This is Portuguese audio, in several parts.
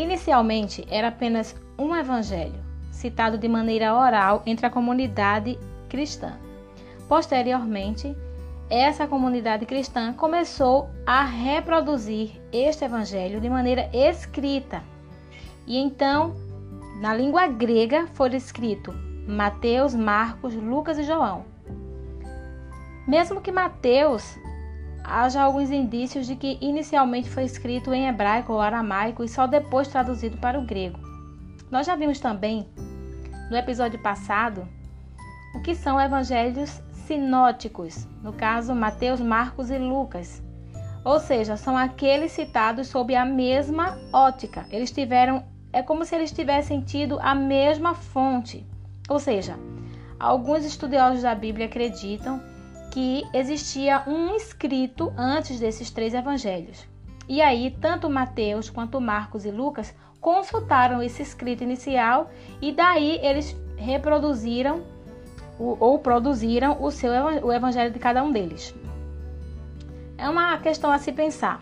Inicialmente, era apenas um evangelho, citado de maneira oral entre a comunidade cristã. Posteriormente, essa comunidade cristã começou a reproduzir este evangelho de maneira escrita. E então, na língua grega, foram escritos Mateus, Marcos, Lucas e João. Mesmo que Mateus, haja alguns indícios de que inicialmente foi escrito em hebraico ou aramaico e só depois traduzido para o grego. Nós já vimos também, no episódio passado, o que são evangelhos sinóticos, no caso Mateus, Marcos e Lucas. Ou seja, são aqueles citados sob a mesma ótica. É como se eles tivessem tido a mesma fonte. Ou seja, alguns estudiosos da Bíblia acreditam que existia um escrito antes desses 3 evangelhos. E aí, tanto Mateus quanto Marcos e Lucas consultaram esse escrito inicial e daí eles reproduziram ou produziram o evangelho de cada um deles. É uma questão a se pensar.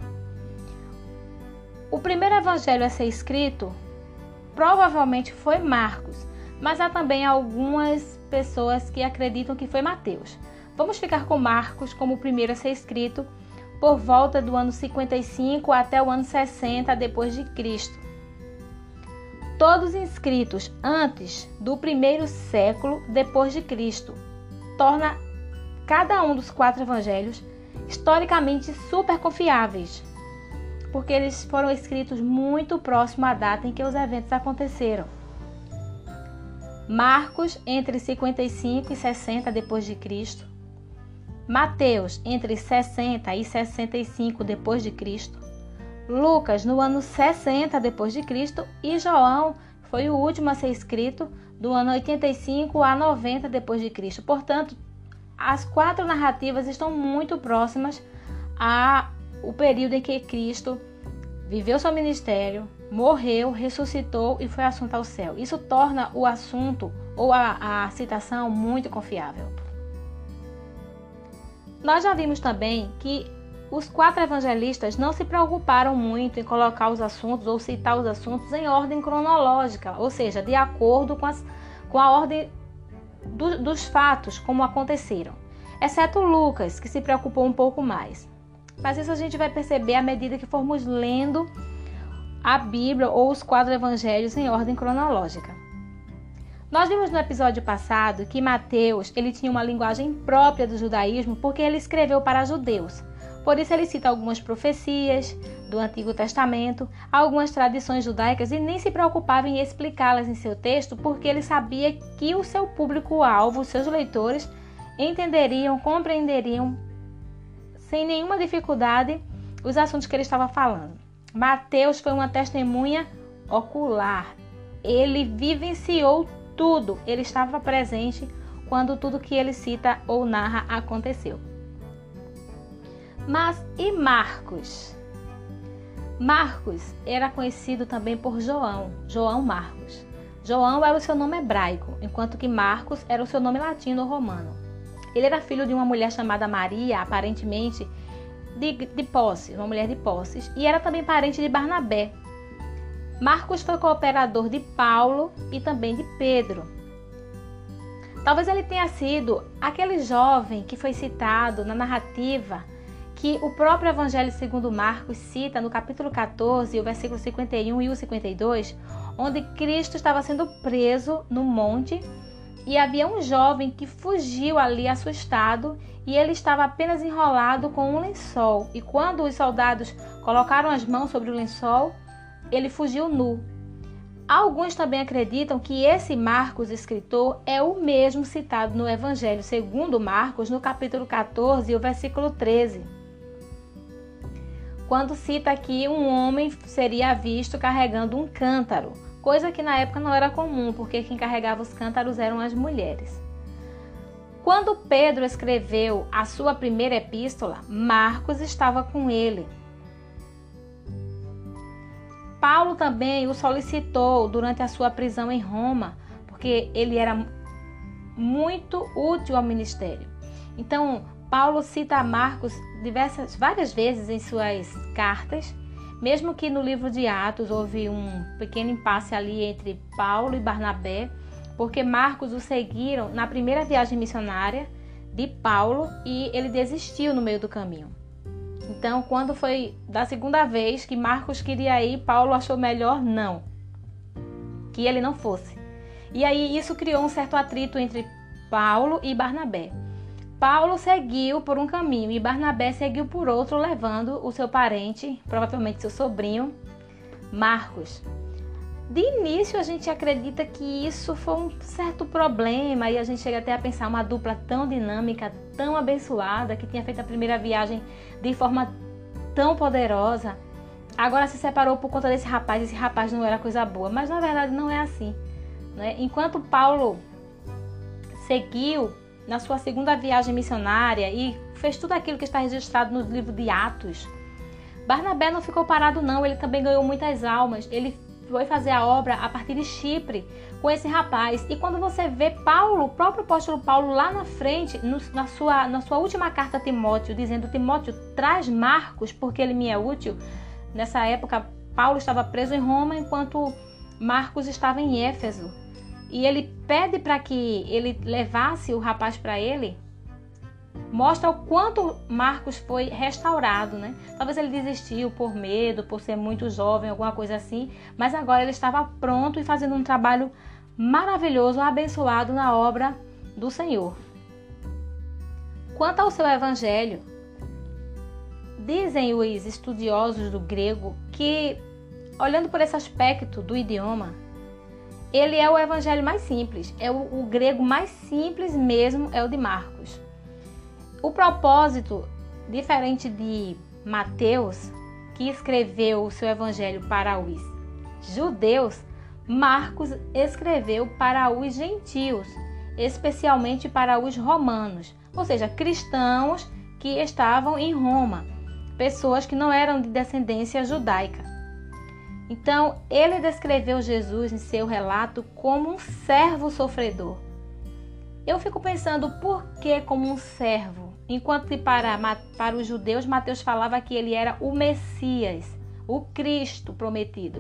O primeiro evangelho a ser escrito provavelmente foi Marcos, mas há também algumas pessoas que acreditam que foi Mateus. Vamos ficar com Marcos como o primeiro a ser escrito por volta do ano 55 até o ano 60 depois de Cristo. Todos inscritos antes do 1º século depois de Cristo torna cada um dos 4 evangelhos historicamente super confiáveis, porque eles foram escritos muito próximo à data em que os eventos aconteceram. Marcos entre 55 e 60 depois de Cristo, Mateus entre 60 e 65 depois de Cristo, Lucas no ano 60 depois de Cristo e João foi o último a ser escrito do ano 85 a 90 depois de Cristo. Portanto, as 4 narrativas estão muito próximas ao período em que Cristo viveu seu ministério, morreu, ressuscitou e foi assunto ao céu. Isso torna o assunto ou a citação muito confiável. Nós já vimos também que os 4 evangelistas não se preocuparam muito em colocar os assuntos ou citar os assuntos em ordem cronológica, ou seja, de acordo com a ordem dos fatos, como aconteceram. Exceto Lucas, que se preocupou um pouco mais. Mas isso a gente vai perceber à medida que formos lendo a Bíblia ou os 4 evangelhos em ordem cronológica. Nós vimos no episódio passado que Mateus ele tinha uma linguagem própria do judaísmo porque ele escreveu para judeus. Por isso ele cita algumas profecias do Antigo Testamento, algumas tradições judaicas e nem se preocupava em explicá-las em seu texto porque ele sabia que o seu público-alvo, os seus leitores, entenderiam, compreenderiam sem nenhuma dificuldade os assuntos que ele estava falando. Mateus foi uma testemunha ocular. Ele vivenciou tudo. Ele estava presente quando tudo que ele cita ou narra aconteceu. Mas e Marcos? Marcos era conhecido também por João Marcos. João era o seu nome hebraico, enquanto que Marcos era o seu nome latino ou romano. Ele era filho de uma mulher chamada Maria, aparentemente de Posses, uma mulher de Posses, e era também parente de Barnabé. Marcos foi cooperador de Paulo e também de Pedro. Talvez ele tenha sido aquele jovem que foi citado na narrativa que o próprio Evangelho segundo Marcos cita no capítulo 14, o versículo 51 e o 52, onde Cristo estava sendo preso no monte e havia um jovem que fugiu ali assustado e ele estava apenas enrolado com um lençol. E quando os soldados colocaram as mãos sobre o lençol, ele fugiu nu. Alguns também acreditam que esse Marcos, escritor, é o mesmo citado no Evangelho segundo Marcos, no capítulo 14, o versículo 13. Quando cita que um homem seria visto carregando um cântaro, coisa que na época não era comum, porque quem carregava os cântaros eram as mulheres. Quando Pedro escreveu a sua primeira epístola, Marcos estava com ele. Paulo também o solicitou durante a sua prisão em Roma, porque ele era muito útil ao ministério. Então, Paulo cita Marcos várias vezes em suas cartas, Mesmo que no livro de Atos houve um pequeno impasse ali entre Paulo e Barnabé, porque Marcos o seguiram na primeira viagem missionária de Paulo e ele desistiu no meio do caminho. Então, quando foi da segunda vez que Marcos queria ir, Paulo achou melhor que ele não fosse. E aí isso criou um certo atrito entre Paulo e Barnabé. Paulo seguiu por um caminho e Barnabé seguiu por outro, levando o seu parente, provavelmente seu sobrinho, Marcos. De início a gente acredita que isso foi um certo problema e a gente chega até a pensar uma dupla tão dinâmica, tão abençoada, que tinha feito a primeira viagem de forma tão poderosa, agora se separou por conta desse rapaz, esse rapaz não era coisa boa, mas na verdade não é assim, né? Enquanto Paulo seguiu na sua segunda viagem missionária e fez tudo aquilo que está registrado no livro de Atos, Barnabé não ficou parado não, ele também ganhou muitas almas, ele foi fazer a obra a partir de Chipre com esse rapaz. E quando você vê Paulo, o próprio apóstolo Paulo lá na frente, na sua última carta a Timóteo, dizendo: Timóteo, traz Marcos porque ele me é útil. Nessa época, Paulo estava preso em Roma enquanto Marcos estava em Éfeso. E ele pede para que ele levasse o rapaz para ele. Mostra o quanto Marcos foi restaurado, né? Talvez ele desistiu por medo, por ser muito jovem, alguma coisa assim. Mas agora ele estava pronto e fazendo um trabalho maravilhoso, abençoado na obra do Senhor. Quanto ao seu evangelho, dizem os estudiosos do grego que, olhando por esse aspecto do idioma, ele é o evangelho mais simples. É o grego mais simples mesmo, é o de Marcos. O propósito, diferente de Mateus, que escreveu o seu evangelho para os judeus, Marcos escreveu para os gentios, especialmente para os romanos, ou seja, cristãos que estavam em Roma, pessoas que não eram de descendência judaica. Então, ele descreveu Jesus em seu relato como um servo sofredor. Eu fico pensando, por que como um servo? Enquanto que para os judeus, Mateus falava que ele era o Messias, o Cristo prometido.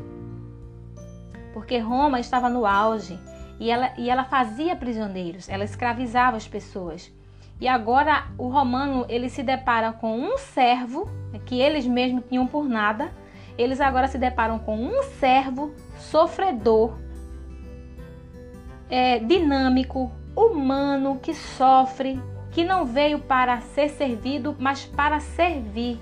Porque Roma estava no auge e ela fazia prisioneiros, ela escravizava as pessoas. E agora o romano, ele se depara com um servo, que eles mesmos tinham por nada, eles agora se deparam com um servo sofredor, dinâmico, humano, que sofre, que não veio para ser servido, mas para servir.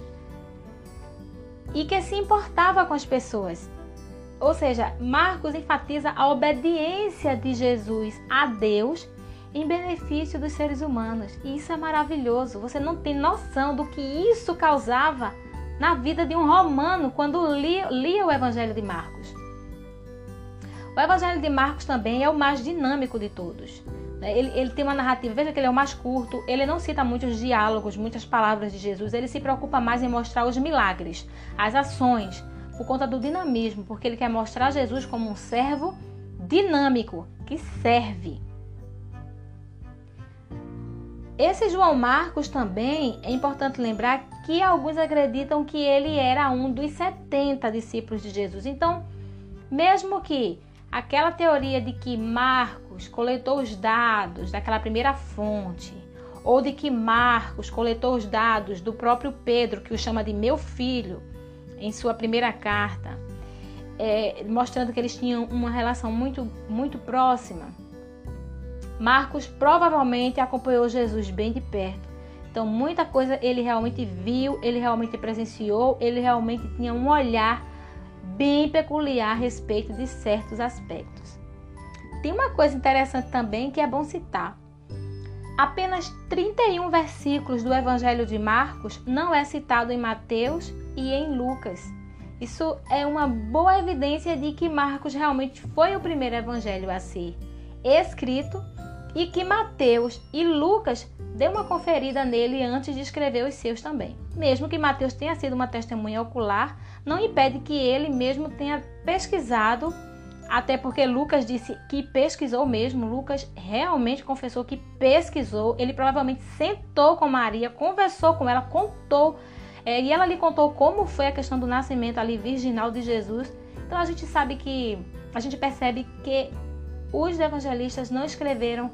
E que se importava com as pessoas. Ou seja, Marcos enfatiza a obediência de Jesus a Deus em benefício dos seres humanos. E isso é maravilhoso. Você não tem noção do que isso causava na vida de um romano quando lia o Evangelho de Marcos. O Evangelho de Marcos também é o mais dinâmico de todos. Ele tem uma narrativa, veja que ele é o mais curto, ele não cita muitos diálogos, muitas palavras de Jesus, ele se preocupa mais em mostrar os milagres, as ações, por conta do dinamismo, porque ele quer mostrar Jesus como um servo dinâmico, que serve. Esse João Marcos também, é importante lembrar que alguns acreditam que ele era um dos 70 discípulos de Jesus. Então, mesmo que aquela teoria de que Marcos coletou os dados daquela primeira fonte, ou de que Marcos coletou os dados do próprio Pedro, que o chama de meu filho, em sua primeira carta, mostrando que eles tinham uma relação muito, muito próxima, Marcos provavelmente acompanhou Jesus bem de perto. Então, muita coisa ele realmente viu, ele realmente presenciou, ele realmente tinha um olhar bem peculiar a respeito de certos aspectos. Tem uma coisa interessante também que é bom citar. Apenas 31 versículos do Evangelho de Marcos não é citado em Mateus e em Lucas. Isso é uma boa evidência de que Marcos realmente foi o primeiro evangelho a ser escrito e que Mateus e Lucas deu uma conferida nele antes de escrever os seus também. Mesmo que Mateus tenha sido uma testemunha ocular, não impede que ele mesmo tenha pesquisado, até porque Lucas disse que pesquisou mesmo. Lucas realmente confessou que pesquisou. Ele provavelmente sentou com Maria, conversou com ela, contou E ela lhe contou como foi a questão do nascimento ali virginal de Jesus. Então a gente percebe que os evangelistas não escreveram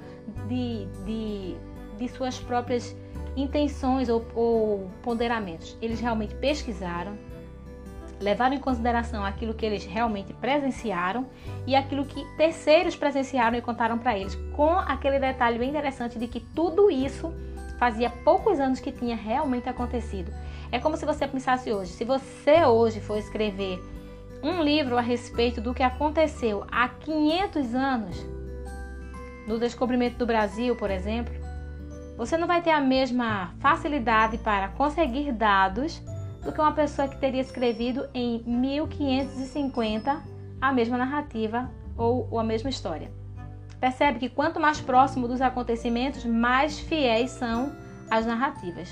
de suas próprias intenções ou ponderamentos. Eles realmente pesquisaram, levaram em consideração aquilo que eles realmente presenciaram e aquilo que terceiros presenciaram e contaram para eles, com aquele detalhe bem interessante de que tudo isso fazia poucos anos que tinha realmente acontecido. É como se você pensasse hoje, se você hoje for escrever um livro a respeito do que aconteceu há 500 anos, no descobrimento do Brasil, por exemplo, você não vai ter a mesma facilidade para conseguir dados do que uma pessoa que teria escrevido em 1550 a mesma narrativa ou a mesma história. Percebe que quanto mais próximo dos acontecimentos, mais fiéis são as narrativas.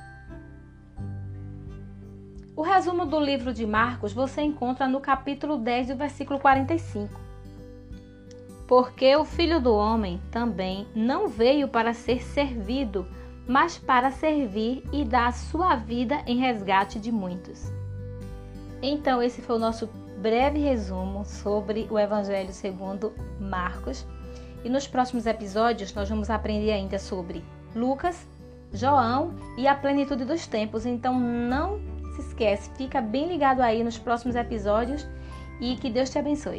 O resumo do livro de Marcos você encontra no capítulo 10, do versículo 45. Porque o Filho do Homem também não veio para ser servido, mas para servir e dar a sua vida em resgate de muitos. Então, esse foi o nosso breve resumo sobre o Evangelho segundo Marcos. E nos próximos episódios nós vamos aprender ainda sobre Lucas, João e a plenitude dos tempos. Então não se esquece, fica bem ligado aí nos próximos episódios e que Deus te abençoe.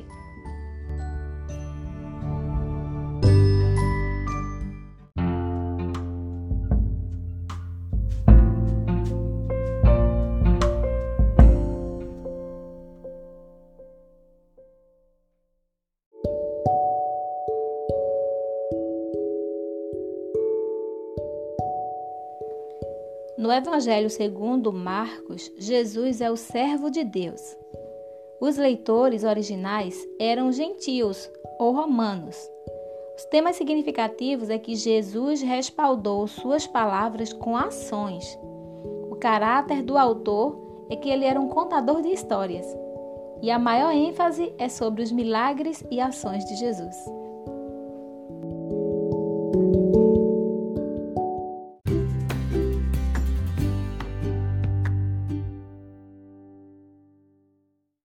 No Evangelho segundo Marcos, Jesus é o servo de Deus. Os leitores originais eram gentios ou romanos. Os temas significativos é que Jesus respaldou suas palavras com ações. O caráter do autor é que ele era um contador de histórias. E a maior ênfase é sobre os milagres e ações de Jesus.